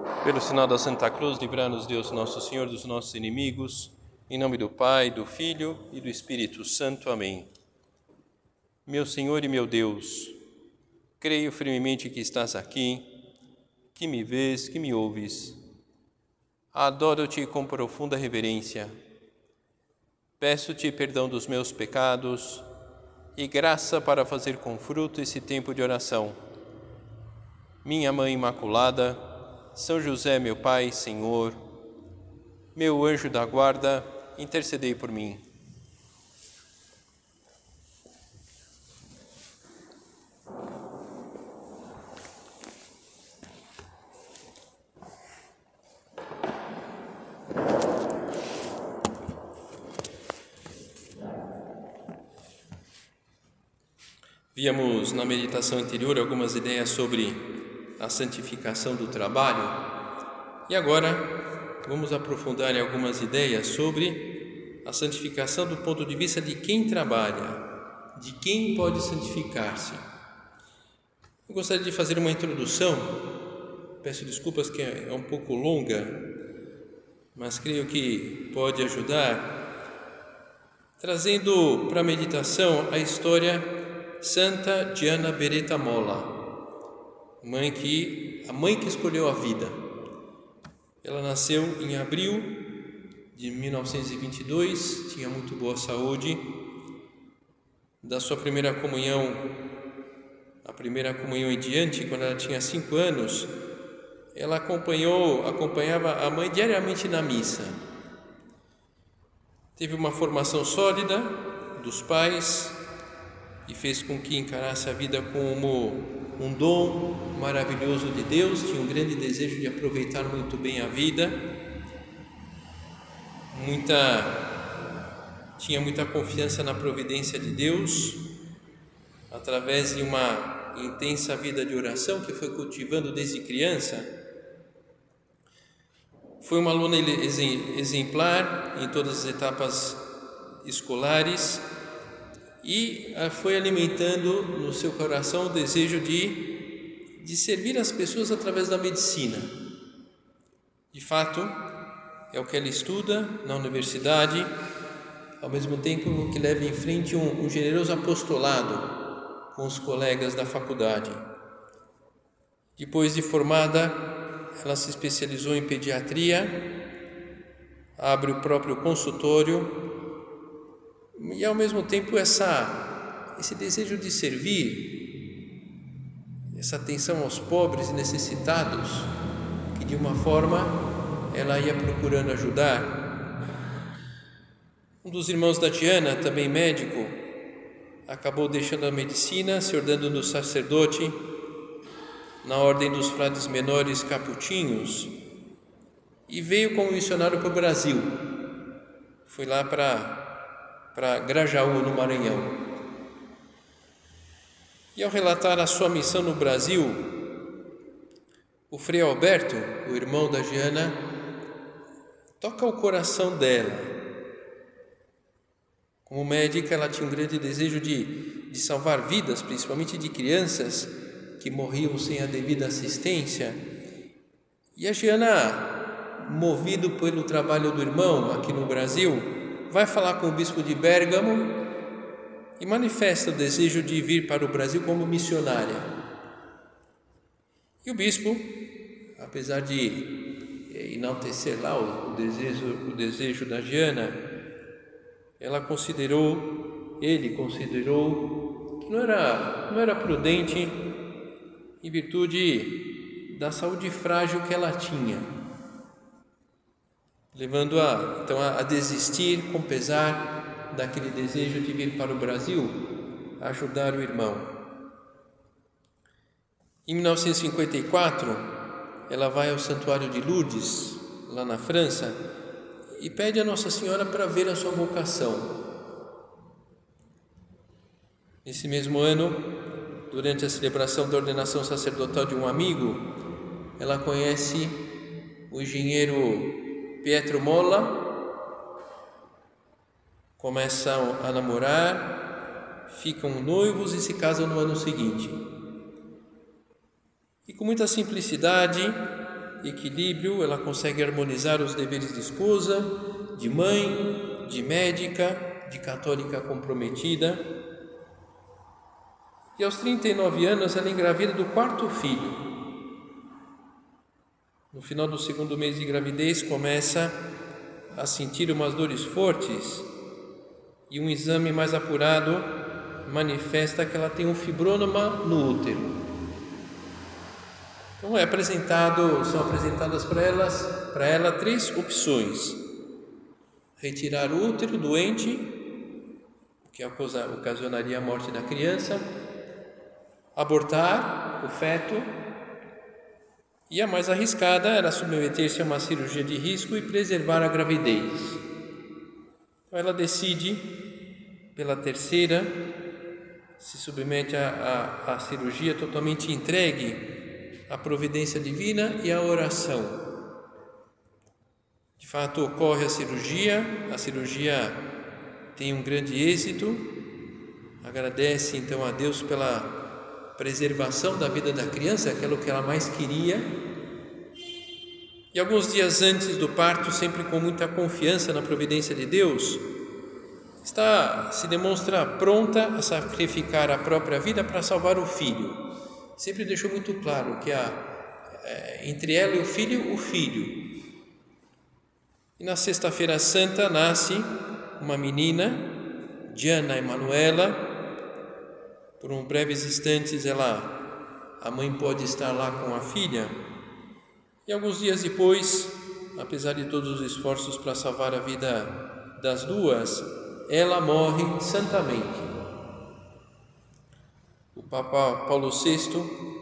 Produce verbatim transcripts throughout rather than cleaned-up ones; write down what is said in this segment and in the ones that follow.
Pelo sinal da Santa Cruz, livrai-nos Deus Nosso Senhor dos nossos inimigos, em nome do Pai, do Filho e do Espírito Santo. Amém. Meu Senhor e meu Deus, creio firmemente que estás aqui, que me vês, que me ouves. Adoro-te com profunda reverência. Peço-te perdão dos meus pecados e graça para fazer com fruto esse tempo de oração. Minha Mãe Imaculada, São José, meu Pai, Senhor, meu anjo da guarda, intercedei por mim. Víamos na meditação anterior algumas ideias sobre a santificação do trabalho e agora vamos aprofundar em algumas ideias sobre a santificação do ponto de vista de quem trabalha, de quem pode santificar-se. Eu gostaria de fazer uma introdução, peço desculpas que é um pouco longa, mas creio que pode ajudar, trazendo para a meditação a história Santa Gianna Beretta Molla, mãe que, a mãe que escolheu a vida. Ela nasceu em abril de mil novecentos e vinte e dois, tinha muito boa saúde. Da sua primeira comunhão, a primeira comunhão em diante, quando ela tinha cinco anos, ela acompanhou, acompanhava a mãe diariamente na missa. Teve uma formação sólida dos pais e fez com que encarasse a vida como um dom maravilhoso de Deus. Tinha um grande desejo de aproveitar muito bem a vida, muita, tinha muita confiança na providência de Deus, através de uma intensa vida de oração que foi cultivando desde criança. Foi uma aluna exemplar em todas as etapas escolares e foi alimentando no seu coração o desejo de, de servir as pessoas através da medicina. De fato, é o que ela estuda na universidade, ao mesmo tempo que leva em frente um, um generoso apostolado com os colegas da faculdade. Depois de formada, ela se especializou em pediatria, abre o próprio consultório e ao mesmo tempo essa, esse desejo de servir, essa atenção aos pobres e necessitados, que de uma forma ela ia procurando ajudar. Um dos irmãos da Gianna, também médico, acabou deixando a medicina, se ordenando sacerdote na ordem dos frades menores capuchinhos e veio como missionário para o Brasil. Foi lá para para Grajaú, no Maranhão. E ao relatar a sua missão no Brasil, o Frei Alberto, o irmão da Gianna, toca o coração dela. Como médica, ela tinha um grande desejo de, de salvar vidas, principalmente de crianças que morriam sem a devida assistência. E a Gianna, movido pelo trabalho do irmão aqui no Brasil, vai falar com o bispo de Bérgamo e manifesta o desejo de vir para o Brasil como missionária. E o bispo, apesar de enaltecer lá o, o, desejo, o desejo da Gianna, ela considerou, ele considerou que não era, não era prudente em virtude da saúde frágil que ela tinha, levando a, então, a desistir com pesar daquele desejo de vir para o Brasil a ajudar o irmão. Em mil novecentos e cinquenta e quatro, ela vai ao Santuário de Lourdes, lá na França, e pede a Nossa Senhora para ver a sua vocação. Nesse mesmo ano, durante a celebração da ordenação sacerdotal de um amigo, ela conhece o engenheiro Pietro Molla, começam a namorar, ficam noivos e se casam no ano seguinte. E com muita simplicidade equilíbrio, ela consegue harmonizar os deveres de esposa, de mãe, de médica, de católica comprometida. E aos trinta e nove anos ela engravida do quarto filho. No final do segundo mês de gravidez começa a sentir umas dores fortes e um exame mais apurado manifesta que ela tem um fibroma no útero. Então é apresentado, são apresentadas para elas, para ela três opções: retirar o útero doente, que ocasionaria a morte da criança, abortar o feto, e a mais arriscada era submeter-se a uma cirurgia de risco e preservar a gravidez. Então ela decide, pela terceira, se submete à, à, à cirurgia totalmente entregue à providência divina e à oração. De fato, ocorre a cirurgia, a cirurgia tem um grande êxito, agradece então a Deus pela preservação da vida da criança, aquilo que ela mais queria. E alguns dias antes do parto, sempre com muita confiança na providência de Deus, está, se demonstra pronta a sacrificar a própria vida para salvar o filho. Sempre deixou muito claro que há, é, entre ela e o filho, o filho. E na sexta-feira santa nasce uma menina, Diana Emanuela. Por um breves instantes ela, a mãe pode estar lá com a filha. E alguns dias depois, apesar de todos os esforços para salvar a vida das duas, ela morre santamente. O Papa Paulo sexto,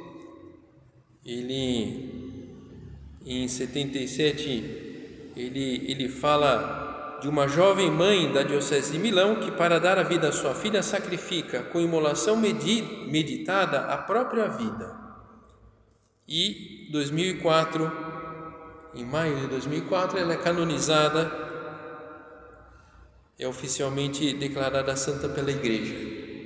ele em setenta e sete, ele, ele fala de uma jovem mãe da diocese de Milão que, para dar a vida à sua filha, sacrifica com imolação meditada a própria vida. E em dois mil e quatro, em maio de dois mil e quatro, ela é canonizada, é oficialmente declarada santa pela Igreja.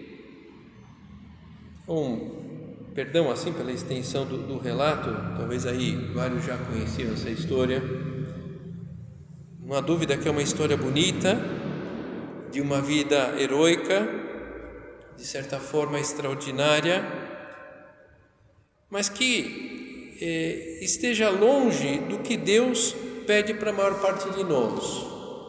Um perdão assim pela extensão do, do relato, talvez aí vários já conheciam essa história. Não há dúvida que é uma história bonita, de uma vida heroica, de certa forma extraordinária, mas que eh, esteja longe do que Deus pede para a maior parte de nós.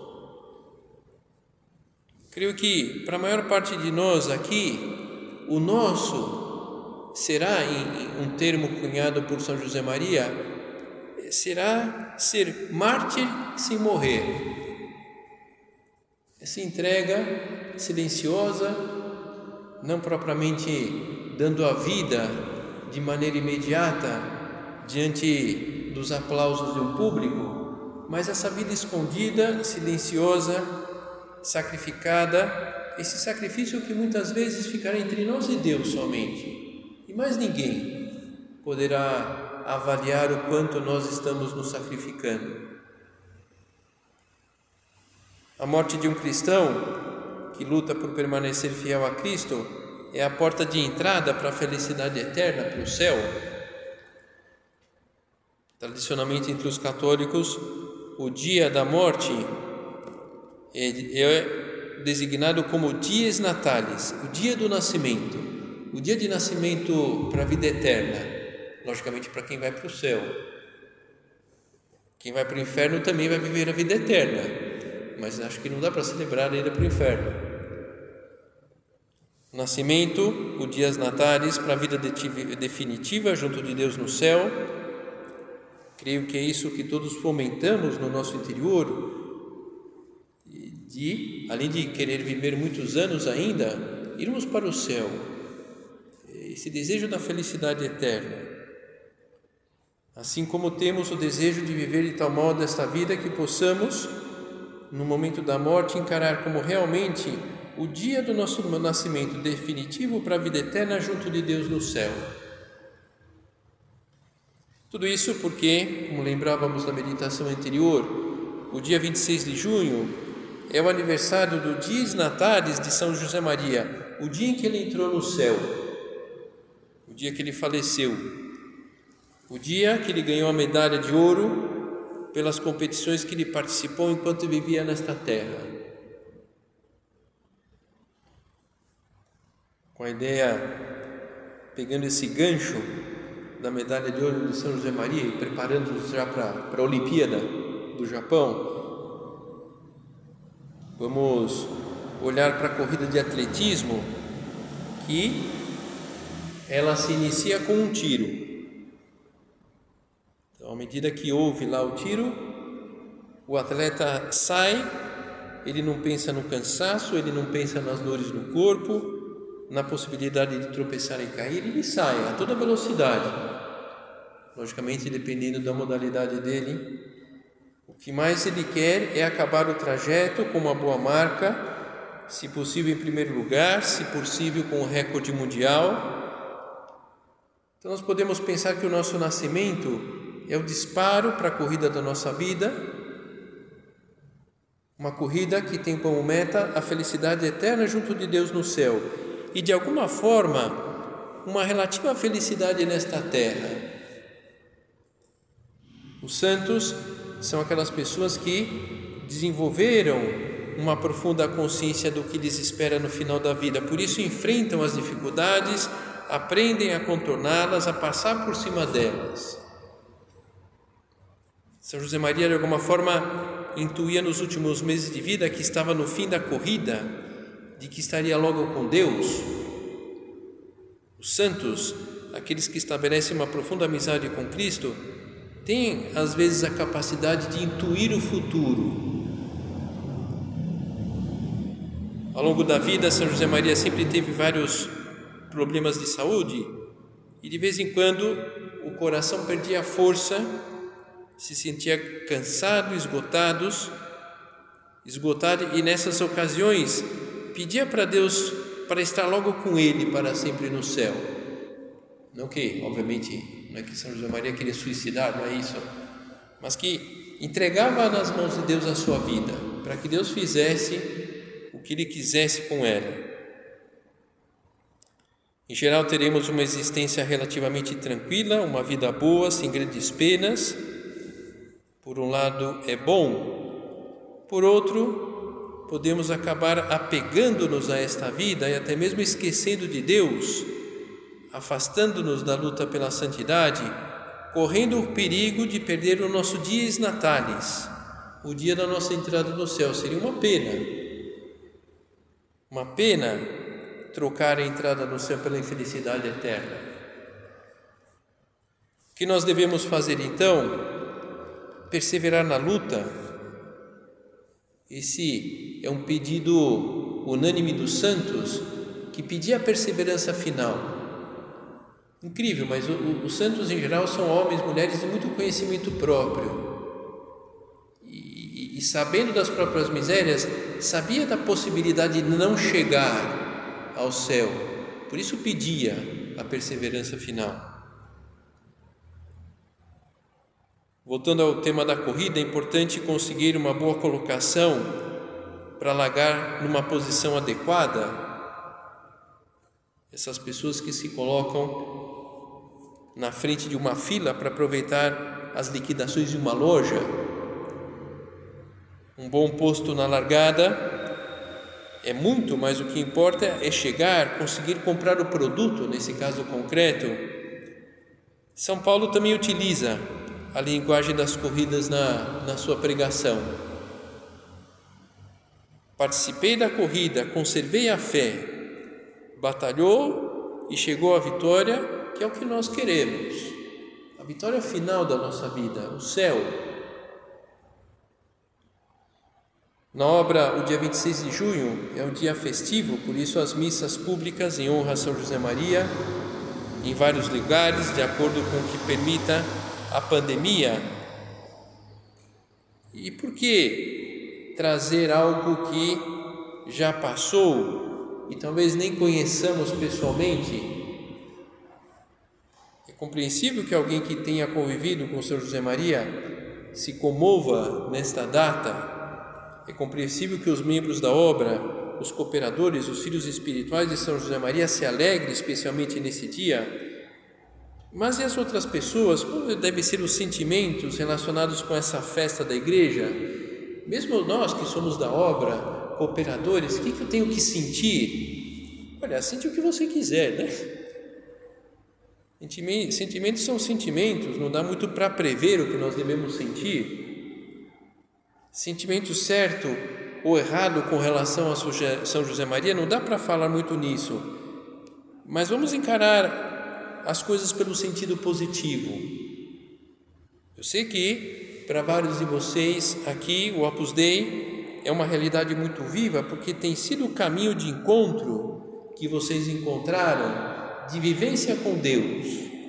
Creio que para a maior parte de nós aqui, o nosso será, em, em um termo cunhado por São José Maria, será ser mártir sem morrer. Essa entrega silenciosa, não propriamente dando a vida de maneira imediata diante dos aplausos de um público, mas essa vida escondida, silenciosa, sacrificada, esse sacrifício que muitas vezes ficará entre nós e Deus somente, e mais ninguém poderá avaliar o quanto nós estamos nos sacrificando. A morte de um cristão que luta por permanecer fiel a Cristo é a porta de entrada para a felicidade eterna, para o céu. Tradicionalmente, entre os católicos, o dia da morte é designado como dies natalis, o dia do nascimento, o dia de nascimento para a vida eterna. Logicamente, para quem vai para o céu. Quem vai para o inferno também vai viver a vida eterna, mas acho que não dá para celebrar ainda para o inferno. Nascimento, o dias natalis para a vida definitiva junto de Deus no céu. Creio que é isso que todos fomentamos no nosso interior, de, além de querer viver muitos anos ainda, irmos para o céu, esse desejo da felicidade eterna. Assim como temos o desejo de viver de tal modo esta vida que possamos, no momento da morte, encarar como realmente o dia do nosso nascimento definitivo para a vida eterna junto de Deus no céu. Tudo isso porque, como lembrávamos na meditação anterior, o dia vinte e seis de junho é o aniversário do Dies Natalis de São José Maria, o dia em que ele entrou no céu, o dia que ele faleceu. o dia que ele ganhou a medalha de ouro pelas competições que ele participou enquanto vivia nesta terra. Com a ideia, pegando esse gancho da medalha de ouro de São José Maria e preparando-nos já para a Olimpíada do Japão, vamos olhar para a corrida de atletismo, que ela se inicia com um tiro. Então, à medida que houve lá o tiro, o atleta sai, ele não pensa no cansaço, ele não pensa nas dores no corpo, na possibilidade de tropeçar e cair, ele sai a toda velocidade. Logicamente, dependendo da modalidade dele, o que mais ele quer é acabar o trajeto com uma boa marca, se possível em primeiro lugar, se possível com o recorde mundial. Então nós podemos pensar que o nosso nascimento é o disparo para a corrida da nossa vida, uma corrida que tem como meta a felicidade eterna junto de Deus no céu e, de alguma forma, uma relativa felicidade nesta terra. Os santos são aquelas pessoas que desenvolveram uma profunda consciência do que lhes espera no final da vida, por isso enfrentam as dificuldades, aprendem a contorná-las, a passar por cima delas. São José Maria, de alguma forma, intuía nos últimos meses de vida que estava no fim da corrida, de que estaria logo com Deus. Os santos, aqueles que estabelecem uma profunda amizade com Cristo, têm às vezes a capacidade de intuir o futuro. Ao longo da vida, São José Maria sempre teve vários problemas de saúde e de vez em quando o coração perdia a força, se sentia cansado, esgotados, esgotado e nessas ocasiões pedia para Deus para estar logo com Ele para sempre no céu. Não que, obviamente, não é que São José Maria queria suicidar, não é isso, mas que entregava nas mãos de Deus a sua vida, para que Deus fizesse o que Ele quisesse com ela. Em geral, teremos uma existência relativamente tranquila, uma vida boa, sem grandes penas. Por um lado é bom, por outro, podemos acabar apegando-nos a esta vida e até mesmo esquecendo de Deus, afastando-nos da luta pela santidade, correndo o perigo de perder o nosso dies natalis, o dia da nossa entrada no céu. Seria uma pena, uma pena trocar a entrada no céu pela infelicidade eterna. O que nós devemos fazer então? Perseverar na luta. Esse é um pedido unânime dos santos, que pedia a perseverança final. Incrível, mas o, o, os santos em geral são homens, mulheres de muito conhecimento próprio e, e, e sabendo das próprias misérias, sabia da possibilidade de não chegar ao céu, por isso pedia a perseverança final. Voltando ao tema da corrida, é importante conseguir uma boa colocação para largar numa posição adequada. Essas pessoas que se colocam na frente de uma fila para aproveitar as liquidações de uma loja. Um bom posto na largada é muito, mas o que importa é chegar, conseguir comprar o produto, nesse caso concreto. São Paulo também utiliza a linguagem das corridas na, na sua pregação. Participei da corrida, conservei a fé, batalhou e chegou à vitória, que é o que nós queremos, a vitória final da nossa vida, o céu. Na obra, o dia vinte e seis de junho é um dia festivo, por isso as missas públicas em honra a São José Maria, em vários lugares, de acordo com o que permita a pandemia. E por que trazer algo que já passou e talvez nem conheçamos pessoalmente? É compreensível que alguém que tenha convivido com São José Maria se comova nesta data. É compreensível que os membros da obra, os cooperadores, os filhos espirituais de São José Maria se alegrem especialmente nesse dia. Mas e as outras pessoas? Como devem ser os sentimentos relacionados com essa festa da igreja? Mesmo nós que somos da obra, cooperadores, o que, que eu tenho que sentir? Olha, sente o que você quiser, né? Sentimentos são sentimentos, não dá muito para prever o que nós devemos sentir. Sentimento certo ou errado com relação a São José Maria, não dá para falar muito nisso. Mas vamos encarar as coisas pelo sentido positivo. Eu sei que para vários de vocês aqui o Opus Dei é uma realidade muito viva, porque tem sido o caminho de encontro que vocês encontraram de vivência com Deus.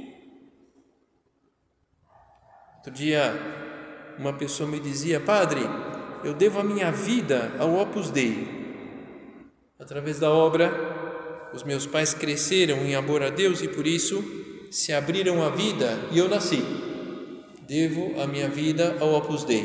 Outro dia uma pessoa me dizia: Padre, eu devo a minha vida ao Opus Dei. Através da obra, os meus pais cresceram em amor a Deus e por isso se abriram a vida e eu nasci. Devo a minha vida ao Opus Dei.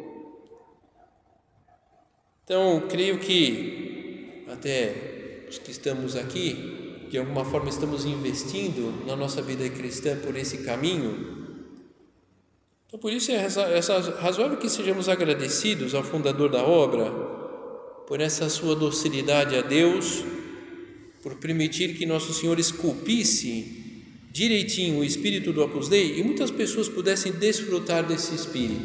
Então, creio que até os que estamos aqui, de alguma forma estamos investindo na nossa vida cristã por esse caminho. Então, por isso é razoável que sejamos agradecidos ao fundador da obra por essa sua docilidade a Deus, por permitir que Nosso Senhor esculpisse direitinho o espírito do Opus Dei e muitas pessoas pudessem desfrutar desse espírito.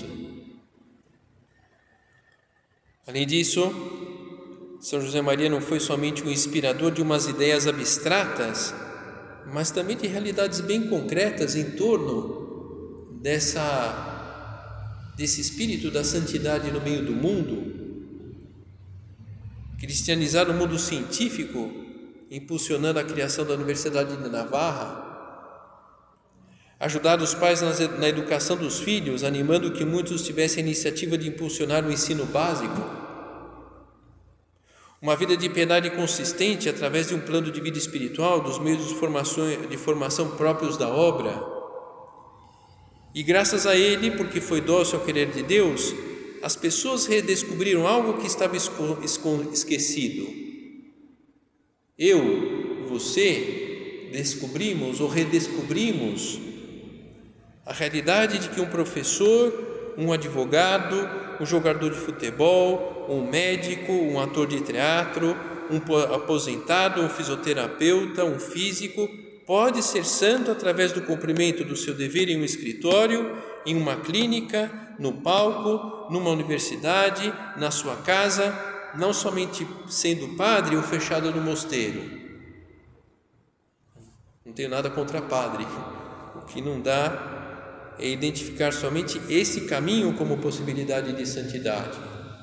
Além disso, São José Maria não foi somente um inspirador de umas ideias abstratas, mas também de realidades bem concretas em torno dessa, desse espírito da santidade no meio do mundo. Cristianizar o mundo científico, impulsionando a criação da Universidade de Navarra, ajudar os pais na educação dos filhos, animando que muitos tivessem a iniciativa de impulsionar o ensino básico, uma vida de piedade consistente através de um plano de vida espiritual, dos meios de formação, de formação próprios da obra. E graças a ele, porque foi dócil ao querer de Deus, as pessoas redescobriram algo que estava esquecido. Eu, você, descobrimos ou redescobrimos a realidade de que um professor, um advogado, um jogador de futebol, um médico, um ator de teatro, um aposentado, um fisioterapeuta, um físico, pode ser santo através do cumprimento do seu dever em um escritório, em uma clínica, no palco, numa universidade, na sua casa, não somente sendo padre ou fechado no mosteiro. Não tenho nada contra padre. O que não dá é identificar somente esse caminho como possibilidade de santidade.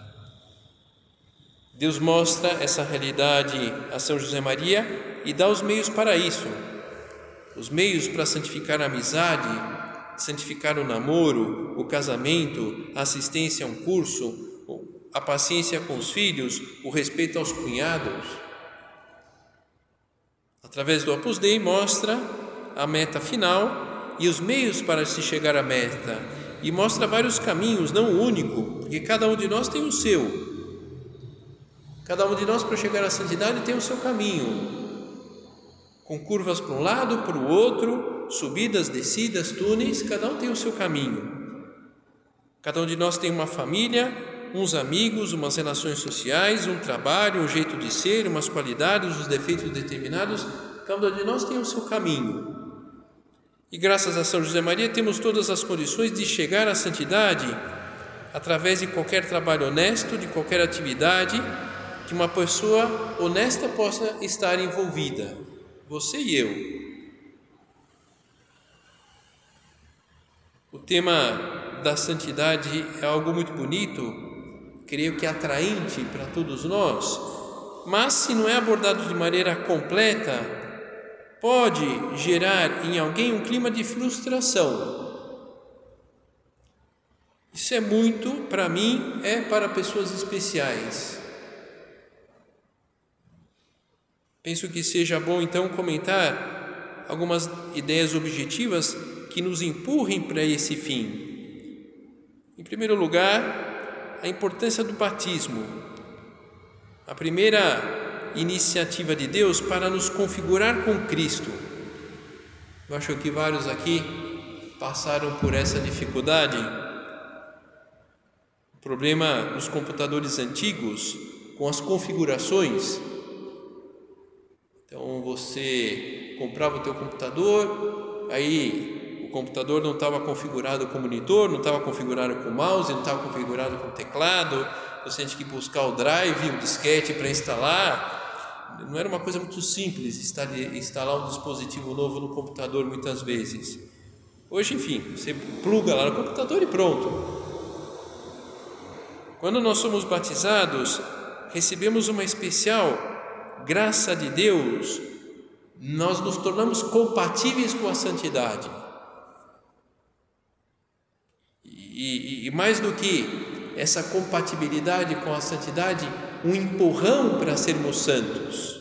Deus mostra essa realidade a São José Maria e dá os meios para isso. Os meios para santificar a amizade, santificar o namoro, o casamento, a assistência a um curso, a paciência com os filhos, o respeito aos cunhados. Através do Opus Dei mostra a meta final e os meios para se chegar à meta, e mostra vários caminhos, não o único, porque cada um de nós tem o seu. Cada um de nós, para chegar à santidade, tem o seu caminho, com curvas para um lado, para o outro, subidas, descidas, túneis, cada um tem o seu caminho. Cada um de nós tem uma família, uns amigos, umas relações sociais, um trabalho, um jeito de ser, umas qualidades, os defeitos determinados. Cada um de nós tem o seu caminho. E graças a São José Maria temos todas as condições de chegar à santidade através de qualquer trabalho honesto, de qualquer atividade que uma pessoa honesta possa estar envolvida, você e eu. O tema da santidade é algo muito bonito, creio que é atraente para todos nós, mas se não é abordado de maneira completa, pode gerar em alguém um clima de frustração. Isso é muito, para mim, é para pessoas especiais. Penso que seja bom, então, comentar algumas ideias objetivas que nos empurrem para esse fim. Em primeiro lugar, a importância do batismo. A primeira iniciativa de Deus para nos configurar com Cristo. Eu acho que vários aqui passaram por essa dificuldade. O problema dos computadores antigos com as configurações. Então você comprava o teu computador, aí o computador não estava configurado com monitor, não estava configurado com mouse, não estava configurado com teclado, você tinha que buscar o drive, o disquete para instalar. Não era uma coisa muito simples instalar um dispositivo novo no computador muitas vezes. Hoje, enfim, você pluga lá no computador e pronto. Quando nós somos batizados, recebemos uma especial graça de Deus, nós nos tornamos compatíveis com a santidade. E, e, e mais do que essa compatibilidade com a santidade, um empurrão para sermos santos.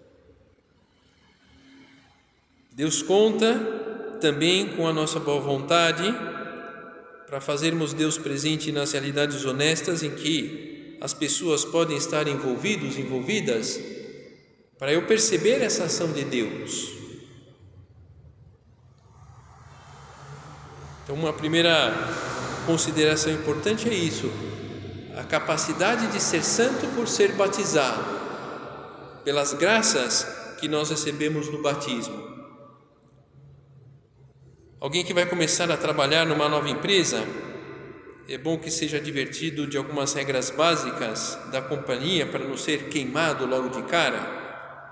Deus conta também com a nossa boa vontade para fazermos Deus presente nas realidades honestas em que as pessoas podem estar envolvidos, envolvidas, para eu perceber essa ação de Deus. Então, uma primeira consideração importante é isso: a capacidade de ser santo por ser batizado, pelas graças que nós recebemos no batismo. Alguém que vai começar a trabalhar numa nova empresa, é bom que seja advertido de algumas regras básicas da companhia para não ser queimado logo de cara.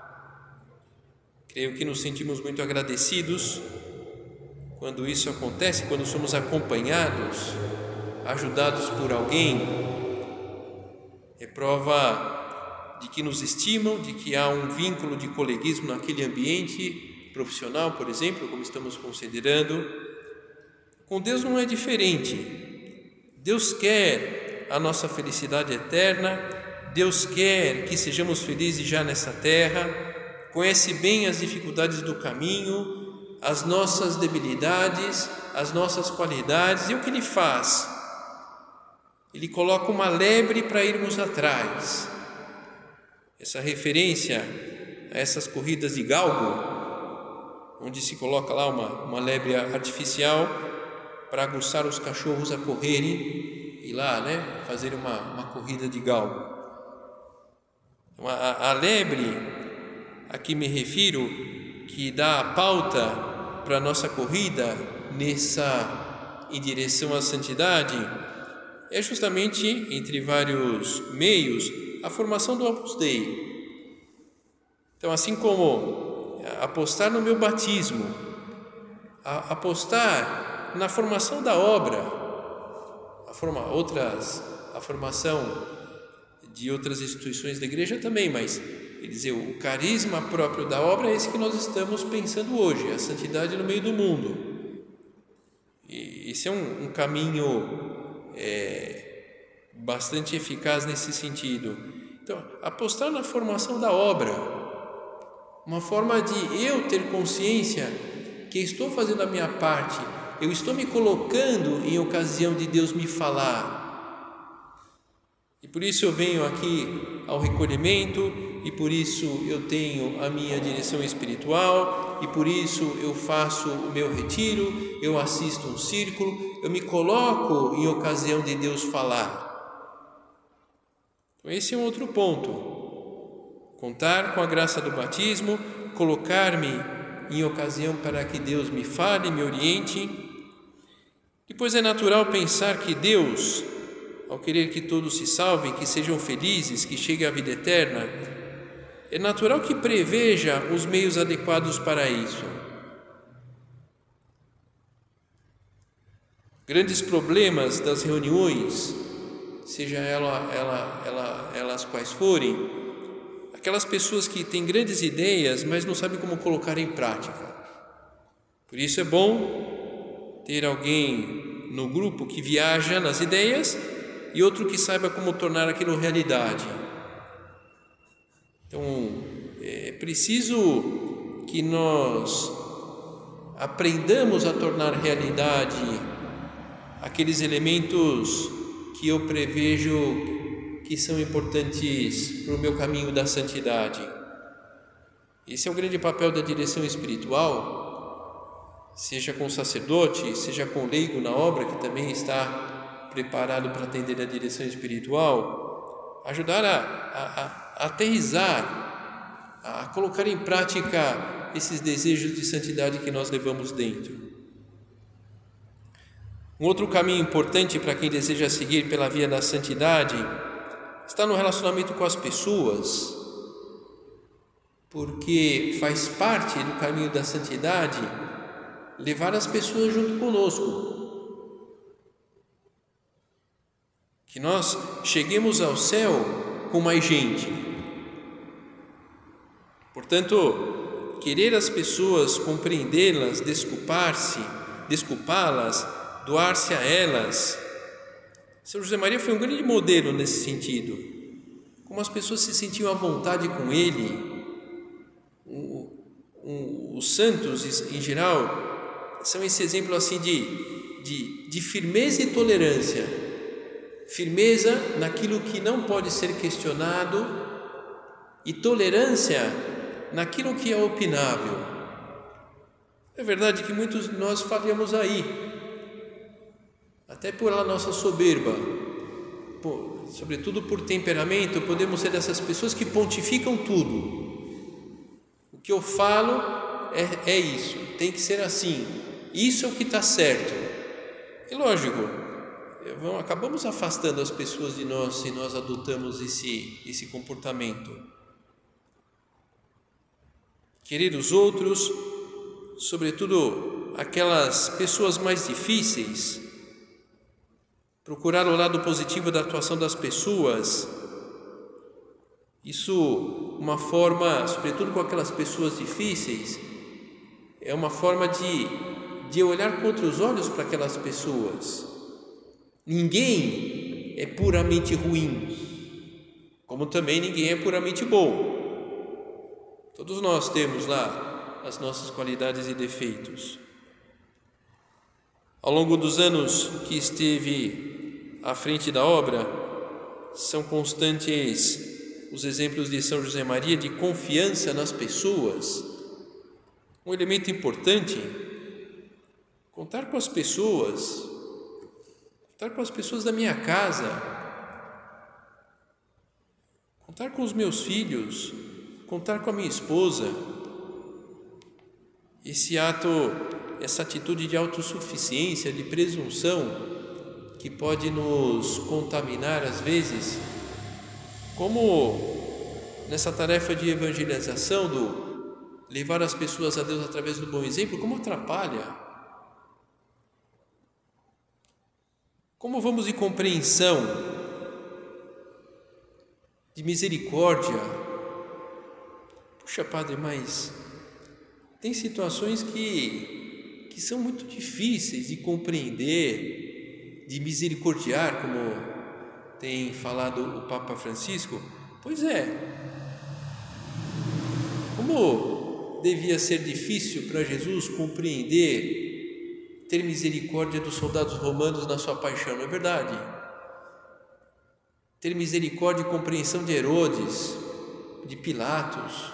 Creio que nos sentimos muito agradecidos quando isso acontece, quando somos acompanhados, ajudados por alguém. É prova de que nos estimam, de que há um vínculo de coleguismo naquele ambiente profissional, por exemplo, como estamos considerando. Com Deus não é diferente. Deus quer a nossa felicidade eterna, Deus quer que sejamos felizes já nessa terra, conhece bem as dificuldades do caminho, as nossas debilidades, as nossas qualidades, e o que Ele faz? Ele coloca uma lebre para irmos atrás. Essa referência a essas corridas de galgo, onde se coloca lá uma, uma lebre artificial para aguçar os cachorros a correrem e lá, né, fazer uma, uma corrida de galgo. Então, a, a lebre a que me refiro, que dá a pauta para a nossa corrida nessa, em direção à santidade, é justamente, entre vários meios, a formação do Opus Dei. Então, assim como apostar no meu batismo, apostar na formação da obra, a, forma, outras, a formação de outras instituições da igreja também, mas quer dizer, o carisma próprio da obra é esse que nós estamos pensando hoje, a santidade no meio do mundo. E esse é um, um caminho é, bastante eficaz nesse sentido. Então, apostar na formação da obra, uma forma de eu ter consciência que estou fazendo a minha parte, eu estou me colocando em ocasião de Deus me falar. E por isso eu venho aqui ao recolhimento, e por isso eu tenho a minha direção espiritual, e por isso eu faço o meu retiro, eu assisto um círculo, eu me coloco em ocasião de Deus falar. Então esse é um outro ponto. Contar com a graça do batismo, colocar-me em ocasião para que Deus me fale, me oriente. Depois é natural pensar que Deus, ao querer que todos se salvem, que sejam felizes, que cheguem à vida eterna, é natural que preveja os meios adequados para isso. Grandes problemas das reuniões, seja ela, ela, ela, elas quais forem, aquelas pessoas que têm grandes ideias, mas não sabem como colocar em prática. Por isso é bom ter alguém no grupo que viaja nas ideias e outro que saiba como tornar aquilo realidade. Então, é preciso que nós aprendamos a tornar realidade aqueles elementos que eu prevejo que são importantes para o meu caminho da santidade. Esse é o grande papel da direção espiritual, seja com o sacerdote, seja com o leigo na obra, que também está preparado para atender a direção espiritual, ajudar a, a, a aterrissar, a colocar em prática esses desejos de santidade que nós levamos dentro. Um outro caminho importante para quem deseja seguir pela via da santidade está no relacionamento com as pessoas, porque faz parte do caminho da santidade levar as pessoas junto conosco. Que nós cheguemos ao céu com mais gente. Portanto, querer as pessoas, compreendê-las, desculpar-se, desculpá-las, doar-se a elas. São José Maria foi um grande modelo nesse sentido. Como as pessoas se sentiam à vontade com ele. O, o, os santos, em geral, são esse exemplo assim de, de, de firmeza e tolerância. Firmeza naquilo que não pode ser questionado e tolerância naquilo que é opinável. É verdade que muitos de nós falhamos aí, até por a nossa soberba, por, sobretudo por temperamento, podemos ser dessas pessoas que pontificam tudo. O que eu falo é, é isso, tem que ser assim, isso é o que está certo. E lógico, vamos, acabamos afastando as pessoas de nós se nós adotamos esse, esse comportamento. Querer os outros, sobretudo aquelas pessoas mais difíceis, procurar o lado positivo da atuação das pessoas, isso, uma forma, sobretudo com aquelas pessoas difíceis, é uma forma de, de olhar com outros olhos para aquelas pessoas. Ninguém é puramente ruim, como também ninguém é puramente bom. Todos nós temos lá as nossas qualidades e defeitos. Ao longo dos anos que esteve à frente da obra, são constantes os exemplos de São José Maria de confiança nas pessoas. Um elemento importante, contar com as pessoas, contar com as pessoas da minha casa, contar com os meus filhos, contar com a minha esposa. Esse ato, essa atitude de autossuficiência, de presunção, que pode nos contaminar às vezes, como nessa tarefa de evangelização, do levar as pessoas a Deus através do bom exemplo, como atrapalha. Como vamos de compreensão, de misericórdia. Puxa, padre, mas tem situações que, que são muito difíceis de compreender, de misericordiar, como tem falado o Papa Francisco. Pois é, como devia ser difícil para Jesus compreender, ter misericórdia dos soldados romanos na sua paixão, não é verdade? Ter misericórdia e compreensão de Herodes, de Pilatos,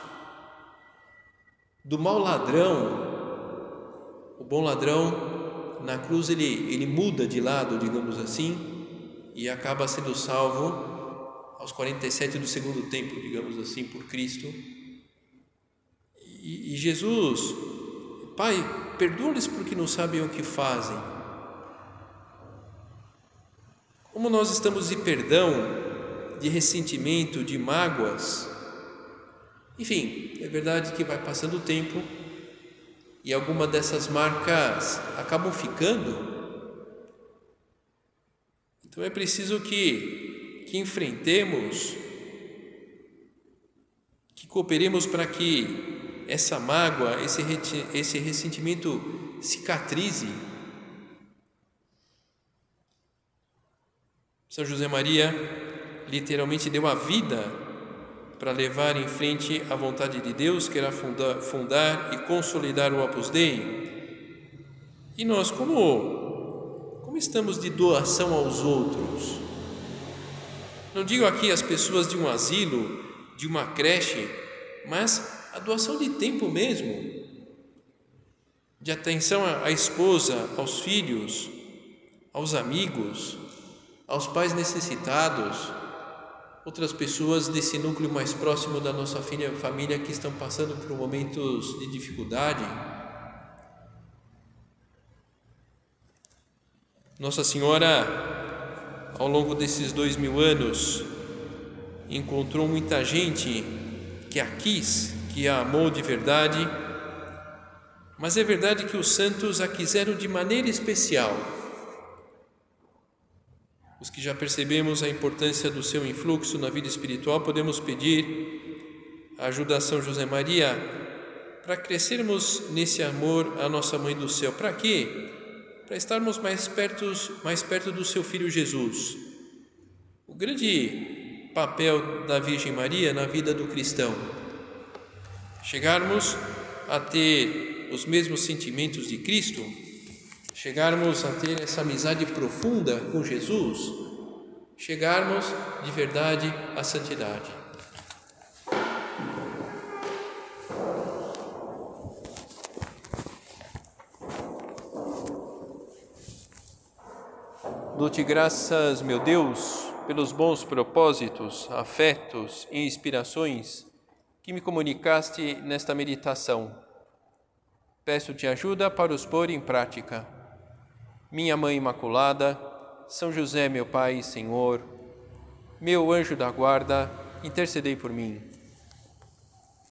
do mau ladrão. O bom ladrão, na cruz, ele, ele muda de lado, digamos assim, e acaba sendo salvo aos quarenta e sete do segundo tempo, digamos assim, por Cristo. E, e Jesus, Pai, perdoa-lhes porque não sabem o que fazem. Como nós estamos de perdão, de ressentimento, de mágoas. Enfim, é verdade que vai passando o tempo e algumas dessas marcas acabam ficando. Então é preciso que, que enfrentemos, que cooperemos para que essa mágoa, esse, esse ressentimento cicatrize. São José Maria literalmente deu a vida para levar em frente a vontade de Deus, que era fundar, fundar e consolidar o Opus Dei. E nós, como, como estamos de doação aos outros? Não digo aqui as pessoas de um asilo, de uma creche, mas a doação de tempo mesmo, de atenção à esposa, aos filhos, aos amigos, aos pais necessitados, outras pessoas desse núcleo mais próximo da nossa família que estão passando por momentos de dificuldade. Nossa Senhora, ao longo desses dois mil anos, encontrou muita gente que a quis, que a amou de verdade, mas é verdade que os santos a quiseram de maneira especial. Os que já percebemos a importância do seu influxo na vida espiritual, podemos pedir a ajuda a São José Maria para crescermos nesse amor à nossa Mãe do Céu. Para quê? Para estarmos mais perto, mais perto do seu Filho Jesus. O grande papel da Virgem Maria na vida do cristão. Chegarmos a ter os mesmos sentimentos de Cristo, chegarmos a ter essa amizade profunda com Jesus, chegarmos de verdade à santidade. Dou-te graças, meu Deus, pelos bons propósitos, afetos e inspirações que me comunicaste nesta meditação. Peço-te ajuda para os pôr em prática. Minha Mãe Imaculada, São José, meu Pai e Senhor, meu anjo da guarda, intercedei por mim.